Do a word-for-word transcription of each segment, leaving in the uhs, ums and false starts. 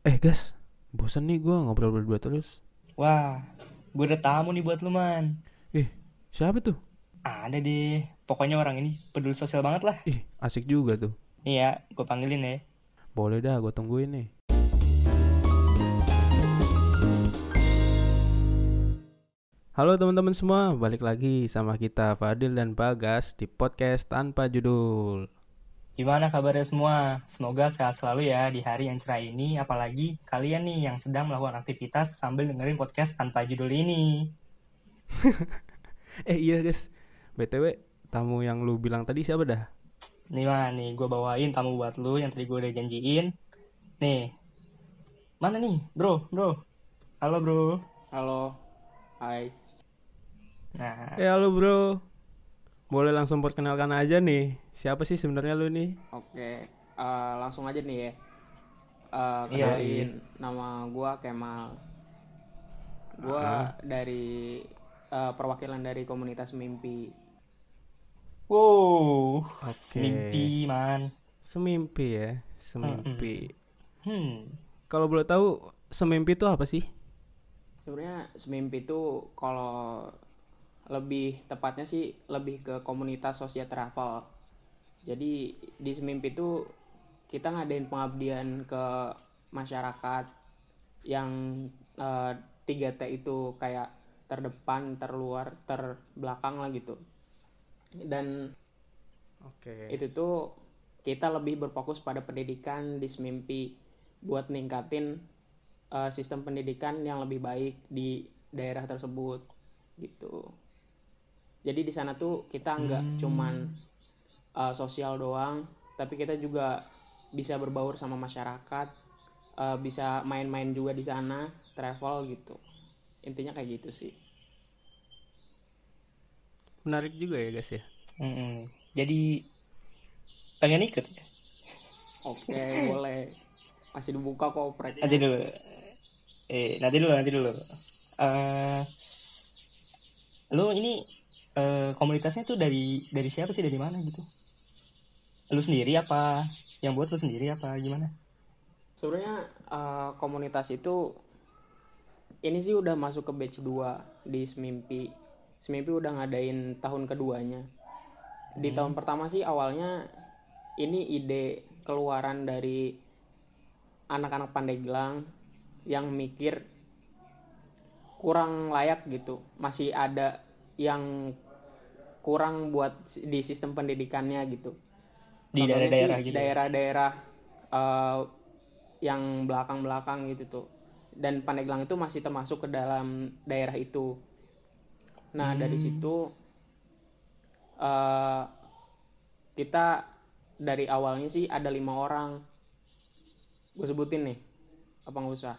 Eh gas, bosan nih gue ngobrol berdua terus. Wah, gue ada tamu nih buat lu, Man. Ih, siapa tuh? Ada deh. Pokoknya orang ini peduli sosial banget lah. Ih, asik juga tuh. Nih ya, gue panggilin ya. Boleh dah, gue tungguin nih. Halo teman-teman semua, balik lagi sama kita Fadil dan Bagas di podcast tanpa judul. Gimana kabarnya semua? Semoga sehat selalu ya di hari yang cerah ini. Apalagi kalian nih yang sedang melakukan aktivitas sambil dengerin podcast tanpa judul ini. Eh iya guys, B T W tamu yang lu bilang tadi siapa dah? Nih Man, nih gue bawain tamu buat lu yang tadi gue udah janjiin. Nih, mana nih bro, bro? Halo bro. Halo, hai. Nah, Eh halo bro, boleh langsung perkenalkan aja nih. Siapa sih sebenarnya lu nih? Oke, eh, langsung aja nih ya. Eh, iya, iya. kenalin, nama gua Kemal. Ah, Gua dari eh, perwakilan dari komunitas mimpi. Wow, oke. mimpi Man. Semimpi ya, semimpi. Mm-mm. Hmm. Kalau boleh tahu, semimpi itu apa sih? Sebenarnya semimpi itu kalau lebih tepatnya sih lebih ke komunitas sosial travel. Jadi di semimpi itu kita ngadain pengabdian ke masyarakat yang eh, tiga T itu kayak terdepan, terluar, terbelakang lah gitu. Dan Oke. itu tuh kita lebih berfokus pada pendidikan di semimpi buat ningkatin eh, sistem pendidikan yang lebih baik di daerah tersebut gitu. Jadi di sana tuh kita nggak cuman Hmm. eh, sosial doang, tapi kita juga bisa berbaur sama masyarakat, eh, bisa main-main juga di sana, travel gitu. Intinya kayak gitu sih. Menarik juga ya guys ya. Mm-mm. Jadi pengen ikut ya? Oke, boleh. Masih dibuka kok Nanti opreknya. dulu. Eh, nanti dulu, nanti dulu. Eh, lu ini eh, komunitasnya tuh dari dari siapa sih? Dari mana gitu? Lu sendiri apa? Yang buat lu sendiri apa? Gimana? Sebenarnya eh, komunitas itu ini sih udah masuk ke batch dua di Semimpi. Semimpi udah ngadain tahun keduanya. Di tahun pertama sih awalnya ini ide keluaran dari anak-anak Pandeglang yang mikir kurang layak gitu. Masih ada yang kurang buat di sistem pendidikannya gitu. Di Contohnya daerah-daerah sih gitu ya? daerah-daerah eh, yang belakang-belakang gitu tuh. Dan Pandeglang itu masih termasuk ke dalam daerah itu. Nah dari Hmm. situ eh, kita dari awalnya sih ada lima orang. Gue sebutin nih, apa nggak usah?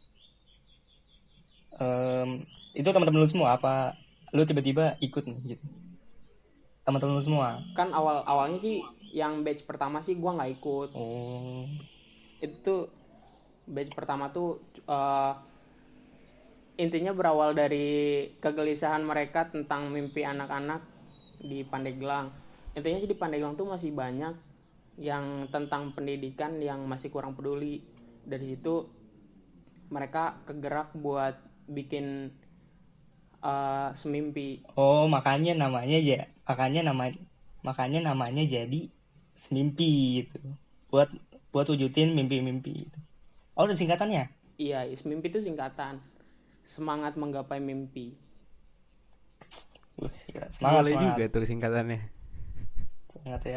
Em, itu teman-teman lu semua apa? Lu tiba-tiba ikut nih gitu? Teman-teman lu semua? Kan awal awalnya sih yang batch pertama sih gue nggak ikut. Oh. Itu batch pertama tuh eh, intinya berawal dari kegelisahan mereka tentang mimpi anak-anak di Pandeglang. Intinya sih di Pandeglang tuh masih banyak yang tentang pendidikan yang masih kurang peduli. Dari situ mereka kegerak buat bikin eh, semimpi. Oh, makanya namanya ya, makanya nama makanya namanya jadi semimpi gitu. Buat buat wujudin mimpi-mimpi itu. Oh, ada singkatannya? Iya, semimpi itu singkatan semangat menggapai mimpi. Wih, gila. Semangat, Boleh semangat. juga tuh singkatannya. Semangat ya.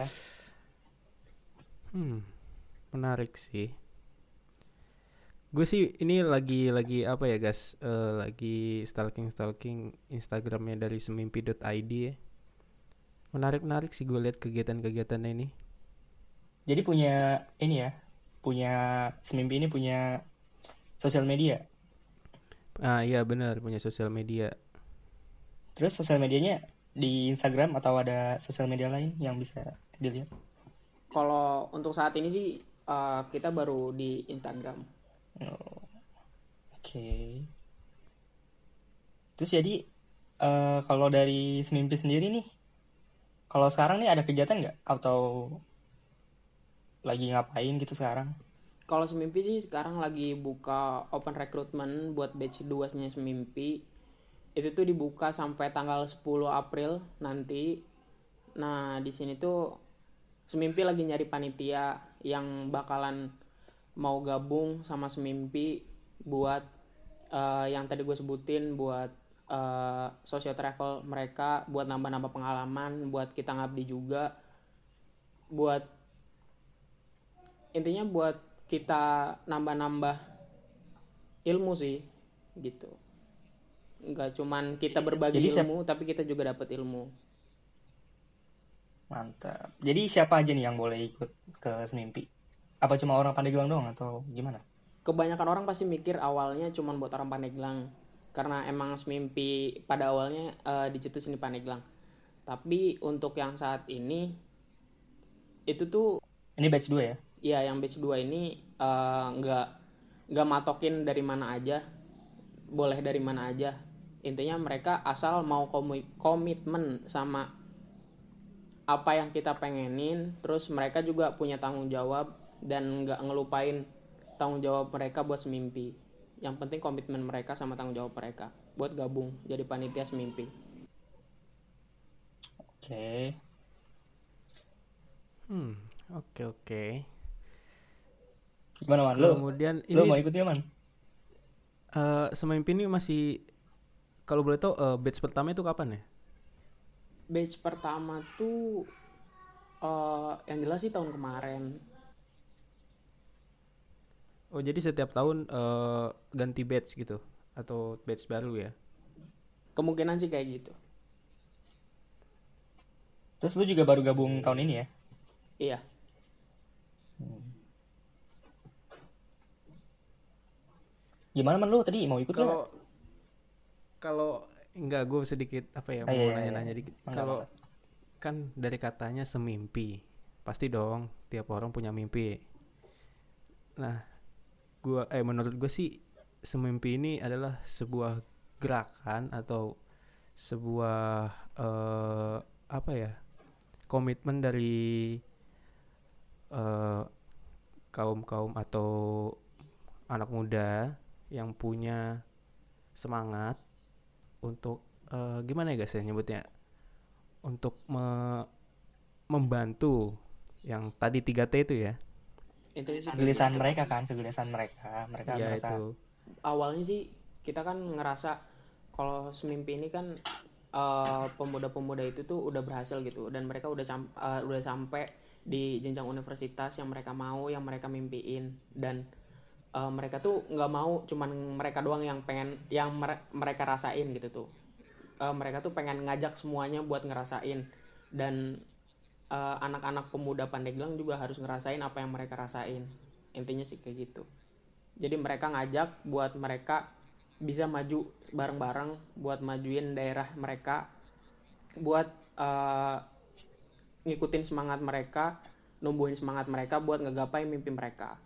Hmm, menarik sih. Gue sih ini lagi lagi apa ya guys? Eh, lagi stalking stalking Instagramnya dari semimpi dot i d ya. Menarik menarik sih gue lihat kegiatan-kegiatannya ini. Jadi punya ini ya, punya semimpi ini punya sosial media. Ah iya benar punya sosial media. Terus sosial medianya di Instagram atau ada sosial media lain yang bisa dilihat? Kalau untuk saat ini sih eh, kita baru di Instagram. Oh, oke. Okay. Terus jadi eh, kalau dari semimpi sendiri nih, kalau sekarang nih ada kegiatan nggak? Atau lagi ngapain gitu sekarang? Kalau Semimpi sih sekarang lagi buka open recruitment buat batch dua-nya Semimpi. Itu tuh dibuka sampai tanggal sepuluh April nanti. Nah, di sini tuh Semimpi lagi nyari panitia yang bakalan mau gabung sama Semimpi buat uh, yang tadi gue sebutin, buat uh, social travel mereka, buat nambah-nambah pengalaman, buat kita ngabdi juga, buat intinya buat kita nambah-nambah ilmu sih gitu. Nggak cuman kita berbagi Jadi siap- ilmu, tapi kita juga dapat ilmu. Mantap. Jadi siapa aja nih yang boleh ikut ke Semimpi? Apa cuma orang Pandeglang doang atau gimana? Kebanyakan orang pasti mikir awalnya cuman buat orang Pandeglang, karena emang Semimpi pada awalnya uh, dicetusin di Pandeglang. Tapi untuk yang saat ini itu tuh Ini batch dua ya? ya yang batch dua ini uh, nggak nggak matokin dari mana aja, boleh dari mana aja. Intinya mereka asal mau komi- komitmen sama apa yang kita pengenin, terus mereka juga punya tanggung jawab dan nggak ngelupain tanggung jawab mereka buat Semimpi. Yang penting komitmen mereka sama tanggung jawab mereka buat gabung jadi panitia Semimpi. Oke. Hmm, oke oke. Gimana Man? Lo, Kemudian lo mau ini ikutnya Man? eh Semimpi ini masih, kalau boleh tahu eh, batch pertama itu kapan ya? Batch pertama tuh eh, yang jelas sih tahun kemarin. Oh jadi setiap tahun eh, ganti batch gitu atau batch baru ya? Kemungkinan sih kayak gitu. Terus lo juga baru gabung tahun ini ya? Iya. Gimana Man lo tadi mau ikut Kalau nggak? kalau enggak, gue sedikit apa ya, Ah, mau iya, iya, nanya-nanya iya. dikit. Enggak Kalau apa-apa. kan dari katanya semimpi, pasti dong tiap orang punya mimpi. Nah, gua eh menurut gue sih semimpi ini adalah sebuah gerakan atau sebuah eh, apa ya, komitmen dari eh, kaum-kaum atau anak muda yang punya semangat untuk eh, gimana ya guys ya nyebutnya, untuk me- membantu yang tadi tiga T itu ya. Itu sih kayak Kegelisahan gitu. mereka kan, kegelisahan mereka. Mereka Iya merasa itu. Awalnya sih kita kan ngerasa kalau Semimpi ini kan eh, pemuda-pemuda itu tuh udah berhasil gitu, dan mereka udah cam- eh, udah sampai di jenjang universitas yang mereka mau, yang mereka mimpiin. Dan eh, mereka tuh nggak mau cuman mereka doang yang pengen, yang mere- mereka rasain gitu tuh. Eh, mereka tuh pengen ngajak semuanya buat ngerasain, dan eh, anak-anak pemuda Pandeglang juga harus ngerasain apa yang mereka rasain. Intinya sih kayak gitu. Jadi mereka ngajak buat mereka bisa maju bareng-bareng, buat majuin daerah mereka, buat eh, ngikutin semangat mereka, numbuhin semangat mereka buat ngegapai mimpi mereka.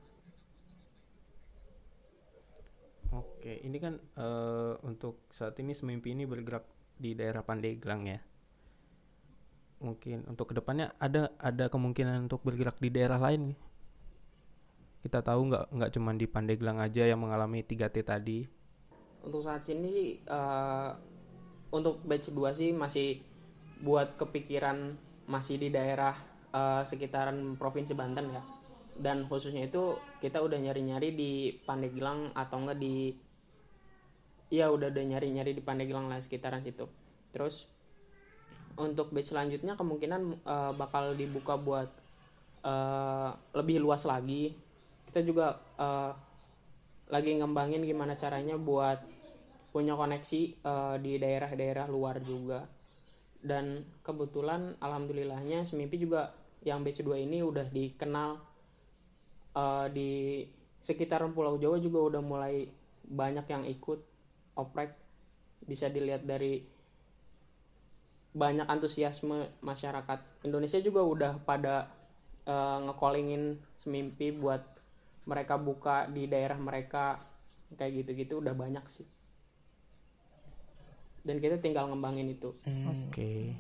Oke, ini kan eh, untuk saat ini semimpi ini bergerak di daerah Pandeglang ya. Mungkin untuk kedepannya ada ada kemungkinan untuk bergerak di daerah lain. Kita tahu nggak nggak cuma di Pandeglang aja yang mengalami tiga T tadi. Untuk saat ini sih eh, untuk batch dua sih masih buat kepikiran masih di daerah eh, sekitaran Provinsi Banten ya. Dan khususnya itu kita udah nyari-nyari di Pandeglang atau enggak di, ya udah udah nyari-nyari di Pandeglang lah sekitaran situ. Terus untuk batch selanjutnya kemungkinan eh, bakal dibuka buat eh, lebih luas lagi. Kita juga eh, lagi ngembangin gimana caranya buat punya koneksi eh, di daerah-daerah luar juga. Dan kebetulan alhamdulillahnya Semimpi juga yang batch dua ini udah dikenal eh, di sekitaran Pulau Jawa juga udah mulai banyak yang ikut oprek. Bisa dilihat dari banyak antusiasme masyarakat Indonesia juga udah pada uh, nge-callingin Semimpi buat mereka buka di daerah mereka, kayak gitu-gitu udah banyak sih. Dan kita tinggal ngembangin itu. hmm, Oke.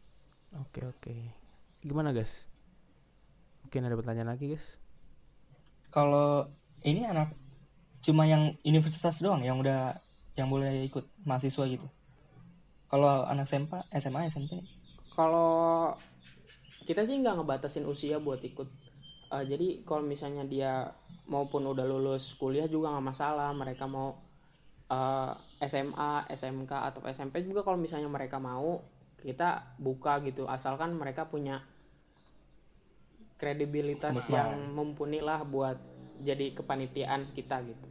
Oke oke. Gimana guys? Mungkin ada pertanyaan lagi guys? Kalau ini anak cuma yang universitas doang yang udah yang boleh ikut mahasiswa gitu. Kalau anak S M P, S M A, S M P. Kalau kita sih nggak ngebatasin usia buat ikut. Uh, jadi kalau misalnya dia maupun udah lulus kuliah juga nggak masalah. Mereka mau uh, S M A, S M K atau S M P juga kalau misalnya mereka mau, kita buka gitu. Asalkan mereka punya kredibilitas Komitmen. yang mumpuni lah buat jadi kepanitiaan kita gitu.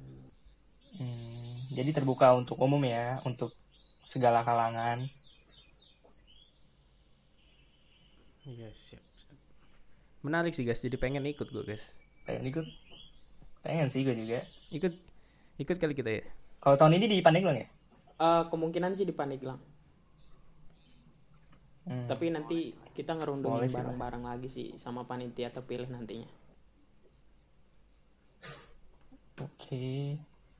Hmm, jadi terbuka untuk umum ya, untuk segala kalangan. Iya, siap, siap. Menarik sih guys, jadi pengen ikut gue guys. Pengen ikut? Pengen sih gue juga. Ikut, ikut kali kita ya. Kalau tahun ini di Pandeglang ya? Uh, kemungkinan sih di Pandeglang. Hmm. Tapi nanti kita ngerundungin Boleh sih, bareng-bareng lagi sih sama panitia terpilih nantinya. Oke.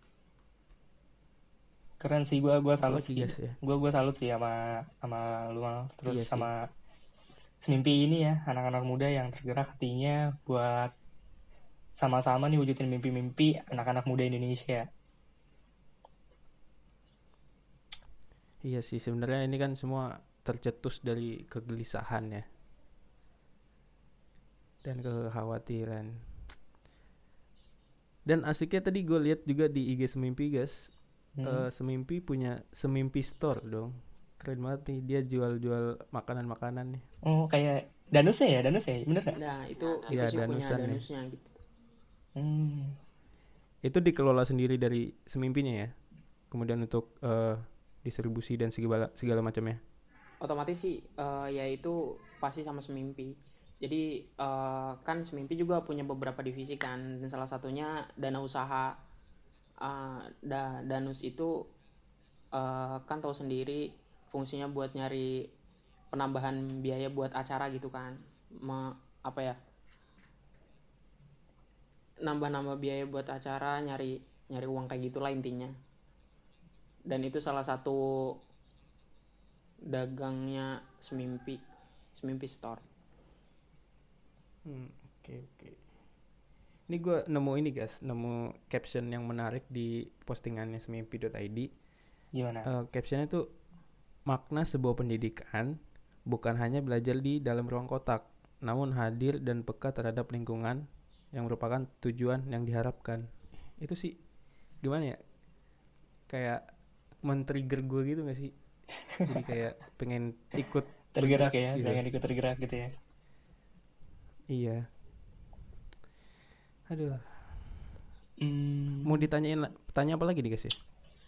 Keren sih, gue gue salut Apalagi sih. guys ya. Gue gue salut sih sama sama lu Mal. Terus Iya sih. sama Semimpi ini ya, anak-anak muda yang tergerak hatinya buat sama-sama nih wujudin mimpi-mimpi anak-anak muda Indonesia. Iya sih, sebenarnya ini kan semua tercetus dari kegelisahan ya. Dan kekhawatiran. Dan asiknya tadi gue lihat juga di I G Semimpi guys. Hmm. Uh, Semimpi punya Semimpi Store dong. Keren banget nih, dia jual-jual makanan-makanan nih. Oh, kayak Danusnya ya, Danusnya, bener nggak? Nah itu itu Ya, sih punya danusan ya. danusnya gitu. Hmm. Itu dikelola sendiri dari Semimpinya ya. Kemudian untuk uh, distribusi dan segala segala macamnya. Otomatis sih uh, ya itu pasti sama Semimpi. Jadi uh, kan Semimpi juga punya beberapa divisi kan, dan salah satunya dana usaha. Uh, da, danus itu uh, kan tahu sendiri fungsinya buat nyari penambahan biaya buat acara gitu kan. Me, apa ya? Nambah-nambah biaya buat acara, nyari nyari uang kayak gitulah intinya. Dan itu salah satu dagangnya Semimpi, Semimpi Store. Hmm, oke okay, oke. Okay. Ini gue nemu ini guys, nemu caption yang menarik di postingannya semimpi dot i d. Gimana? Uh, captionnya tuh, makna sebuah pendidikan bukan hanya belajar di dalam ruang kotak, namun hadir dan peka terhadap lingkungan yang merupakan tujuan yang diharapkan. Itu sih gimana ya? Kayak men-trigger gue gitu gak sih? Jadi kayak pengen ikut tergerak ya, gitu. pengen ikut tergerak gitu ya. Iya. Aduh. Hmm. Mau ditanyain, tanya apa lagi nih guys ya?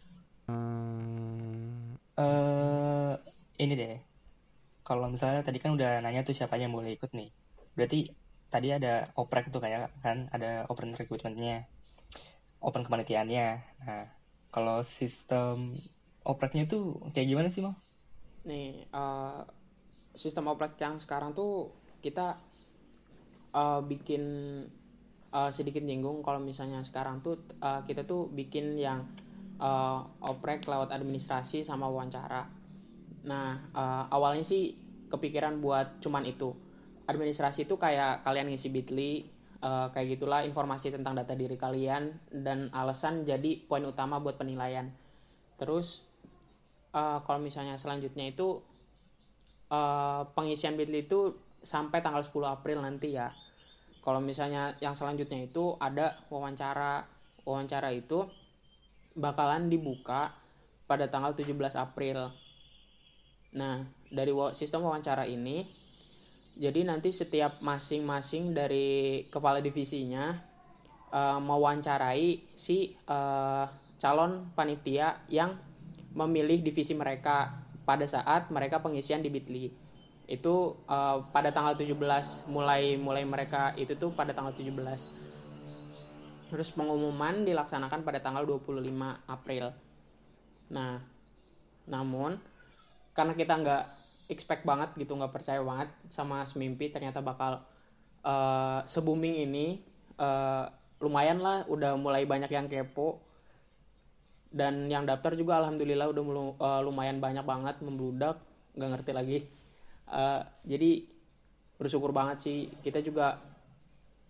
Hmm. Uh, ini deh. Kalau misalnya tadi kan udah nanya tuh siapa yang boleh ikut nih. Berarti tadi ada oprek tuh kayak kan, ada open recruitment-nya, open kepanitiaannya. Nah, kalau sistem opreknya tuh kayak gimana sih, Mal? Nih, uh, sistem oprek yang sekarang tuh kita uh, bikin uh, sedikit nyinggung kalau misalnya sekarang tuh uh, kita tuh bikin yang uh, oprek lewat administrasi sama wawancara. Nah, uh, awalnya sih kepikiran buat cuman itu. Administrasi itu kayak kalian ngisi Bitly, uh, kayak gitulah, informasi tentang data diri kalian dan alasan jadi poin utama buat penilaian. Terus uh, kalau misalnya selanjutnya itu uh, pengisian Bitly itu sampai tanggal sepuluh April nanti ya. Kalau misalnya yang selanjutnya itu ada wawancara. Wawancara itu bakalan dibuka pada tanggal tujuh belas April. Nah, dari sistem wawancara ini, jadi nanti setiap masing-masing dari kepala divisinya uh, mewawancarai si uh, calon panitia yang memilih divisi mereka pada saat mereka pengisian di Bitly. Itu uh, pada tanggal tujuh belas, mulai mulai mereka itu tuh pada tanggal tujuh belas. Terus pengumuman dilaksanakan pada tanggal dua puluh lima April. Nah, namun karena kita nggak expect banget gitu, nggak percaya banget sama Semimpi ternyata bakal uh, se-booming ini, uh, lumayan lah udah mulai banyak yang kepo, dan yang daftar juga alhamdulillah udah mulu, uh, lumayan banyak banget, membludak, nggak ngerti lagi. Uh, jadi bersyukur banget sih, kita juga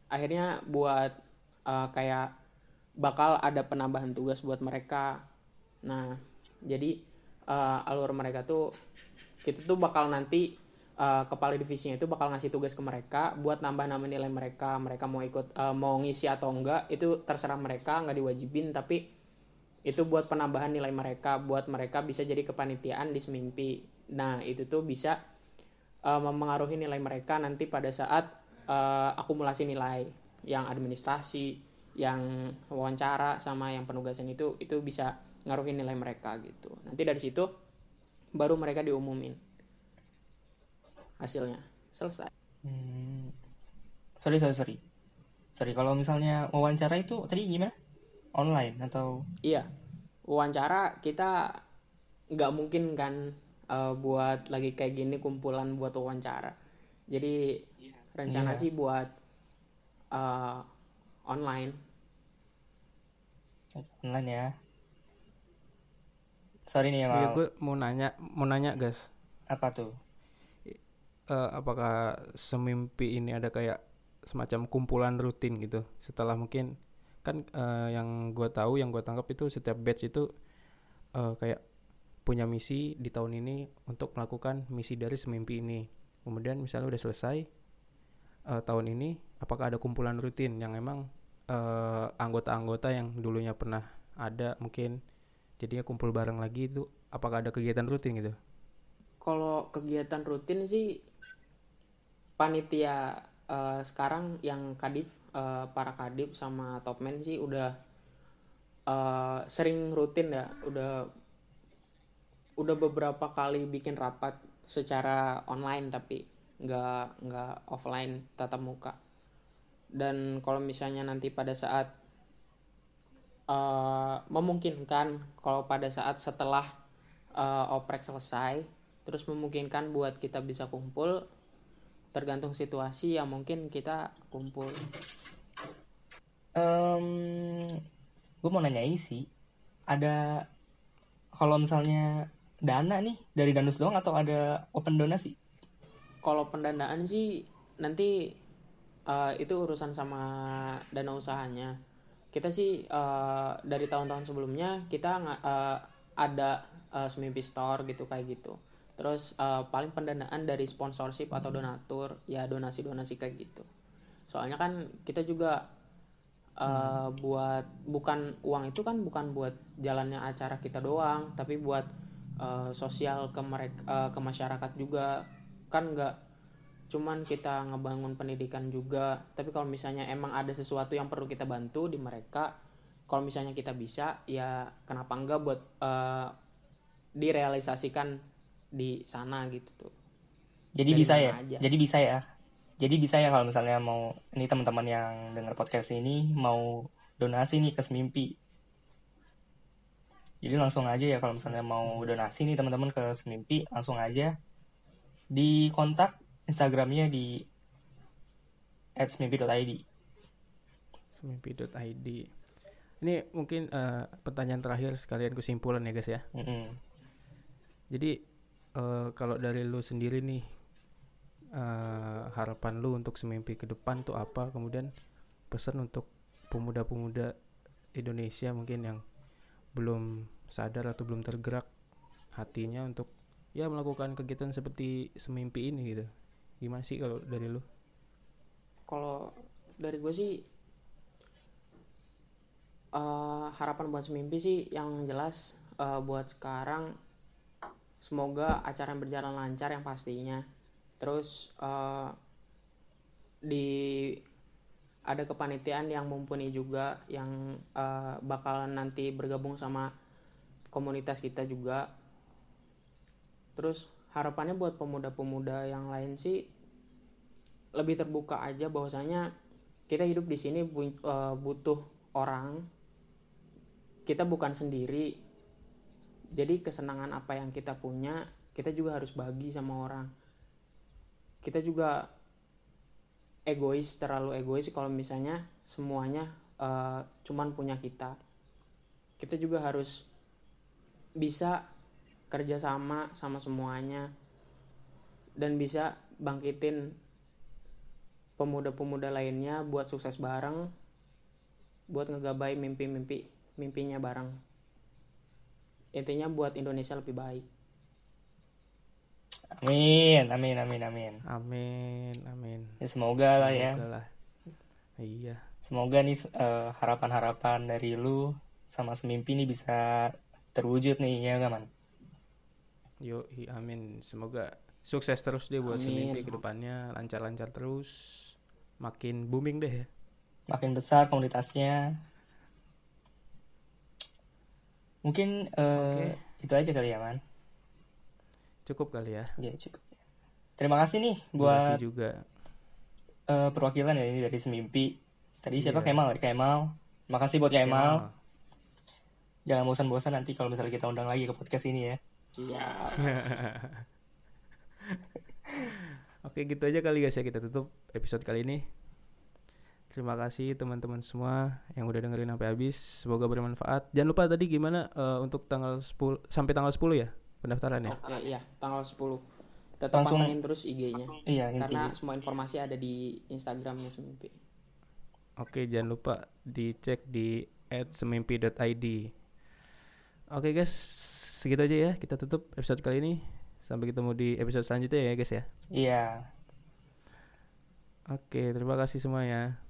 akhirnya buat uh, kayak bakal ada penambahan tugas buat mereka. Nah jadi uh, alur mereka tuh kita tuh bakal nanti uh, kepala divisinya itu bakal ngasih tugas ke mereka buat nambah-nambah nilai mereka. Mereka mau ikut uh, mau ngisi atau enggak itu terserah mereka, nggak diwajibin, tapi itu buat penambahan nilai mereka, buat mereka bisa jadi kepanitiaan di Semimpi. Nah itu tuh bisa uh, mempengaruhi nilai mereka nanti pada saat uh, akumulasi nilai yang administrasi, yang wawancara sama yang penugasan itu itu bisa ngaruhin nilai mereka gitu. Nanti dari situ baru mereka diumumin hasilnya. Selesai. Hmm. Sorry sorry sorry. Sorry kalau misalnya wawancara itu tadi gimana? Online atau? Iya. Wawancara kita nggak mungkin kan uh, buat lagi kayak gini kumpulan buat wawancara. Jadi rencana Iya. sih buat uh, online. Online ya. Sorry nih ya Iya, Mal. gue mau nanya, mau nanya guys, Apa tuh? Eh, apakah Semimpi ini ada kayak semacam kumpulan rutin gitu? Setelah mungkin kan eh, yang gue tahu, yang gue tangkap itu setiap batch itu eh, kayak punya misi di tahun ini untuk melakukan misi dari Semimpi ini. Kemudian misalnya udah selesai eh, tahun ini, apakah ada kumpulan rutin yang emang eh, anggota-anggota yang dulunya pernah ada mungkin jadinya kumpul bareng lagi itu, apakah ada kegiatan rutin gitu? Kalau kegiatan rutin sih panitia uh, sekarang yang kadif, uh, para kadif sama topmen sih udah uh, sering rutin ya, udah udah beberapa kali bikin rapat secara online tapi nggak nggak offline tatap muka. Dan kalau misalnya nanti pada saat uh, memungkinkan, kalau pada saat setelah uh, oprek selesai terus memungkinkan buat kita bisa kumpul, tergantung situasi ya mungkin kita kumpul. Um, gue mau nanyain sih, ada kalau misalnya dana nih dari Danus doang atau ada open donasi? Kalau pendanaan sih nanti uh, itu urusan sama dana usahanya. Kita sih uh, dari tahun-tahun sebelumnya kita uh, ada uh, Semimpi Store gitu kayak gitu. Terus uh, paling pendanaan dari sponsorship atau donatur, ya donasi-donasi kayak gitu. Soalnya kan kita juga uh, buat, bukan uang itu kan bukan buat jalannya acara kita doang, tapi buat uh, sosial ke mereka, uh, ke masyarakat juga. Kan nggak cuman kita ngebangun pendidikan juga, tapi kalau misalnya emang ada sesuatu yang perlu kita bantu di mereka, kalau misalnya kita bisa, ya kenapa enggak buat uh, direalisasikan di sana gitu tuh. Jadi Dari bisa mana ya? aja. Jadi bisa ya? Jadi bisa ya kalau misalnya mau, ini teman-teman yang dengar podcast ini mau donasi nih ke Semimpi. Jadi langsung aja ya kalau misalnya mau donasi nih teman-teman ke Semimpi, langsung aja di kontak Instagramnya di at semimpi dot i d. semimpi dot i d. Ini mungkin eh, pertanyaan terakhir sekalian kesimpulan ya guys ya. Mm-mm. Jadi eh, kalau dari lu sendiri nih, eh, harapan lu untuk Semimpi ke depan tuh apa? Kemudian pesan untuk pemuda-pemuda Indonesia mungkin yang belum sadar atau belum tergerak hatinya untuk ya melakukan kegiatan seperti Semimpi ini gitu. Gimana sih kalau dari lu? Kalau dari gue sih uh, harapan buat Semimpi sih yang jelas uh, buat sekarang semoga acara berjalan lancar yang pastinya. Terus uh, di ada kepanitiaan yang mumpuni juga yang uh, bakalan nanti bergabung sama komunitas kita juga. Terus harapannya buat pemuda-pemuda yang lain sih lebih terbuka aja bahwasanya kita hidup di sini uh, butuh orang, kita bukan sendiri. Jadi kesenangan apa yang kita punya kita juga harus bagi sama orang. Kita juga egois, terlalu egois kalau misalnya semuanya uh, cuman punya kita. Kita juga harus bisa kerjasama sama semuanya dan bisa bangkitin pemuda-pemuda lainnya buat sukses bareng, buat ngegabai mimpi-mimpi mimpinya bareng. Intinya buat Indonesia lebih baik. Amin, amin, amin, amin. Amin, amin. Ya semoga lah ya. Semoga lah. Iya. Semoga nih eh, harapan-harapan dari lu sama Semimpi nih bisa terwujud nih ya nggak man? Yo, amin. Semoga sukses terus deh buat Amin. Semimpi ke depannya, lancar-lancar terus, makin booming deh ya. Makin besar komunitasnya. Mungkin eh, itu aja kali ya man. Cukup kali ya. Ya cukup. Terima kasih nih Durasi buat juga. eh, perwakilan ya ini dari Semimpi. Tadi siapa? Iya. Kemal, dari Kemal. Makasih buat Kemal. Kemal. Jangan bosan-bosan nanti kalau misalnya kita undang lagi ke podcast ini ya. Siap. Oke, gitu aja kali guys ya, kita tutup episode kali ini. Terima kasih teman-teman semua yang udah dengerin sampai habis. Semoga bermanfaat. Jangan lupa tadi gimana uh, untuk tanggal sepuluh sampai tanggal sepuluh ya pendaftaran ya. Oke, iya, tanggal sepuluh. Tetap Langsung- pantengin terus I G-nya. Iya, Karena intinya. semua informasi ada di Instagramnya Semimpi. Oke, jangan lupa dicek di at semimpi dot i d. Oke guys, segitu aja ya. Kita tutup episode kali ini. Sampai ketemu di episode selanjutnya ya guys ya. Iya. Oke, terima kasih semuanya.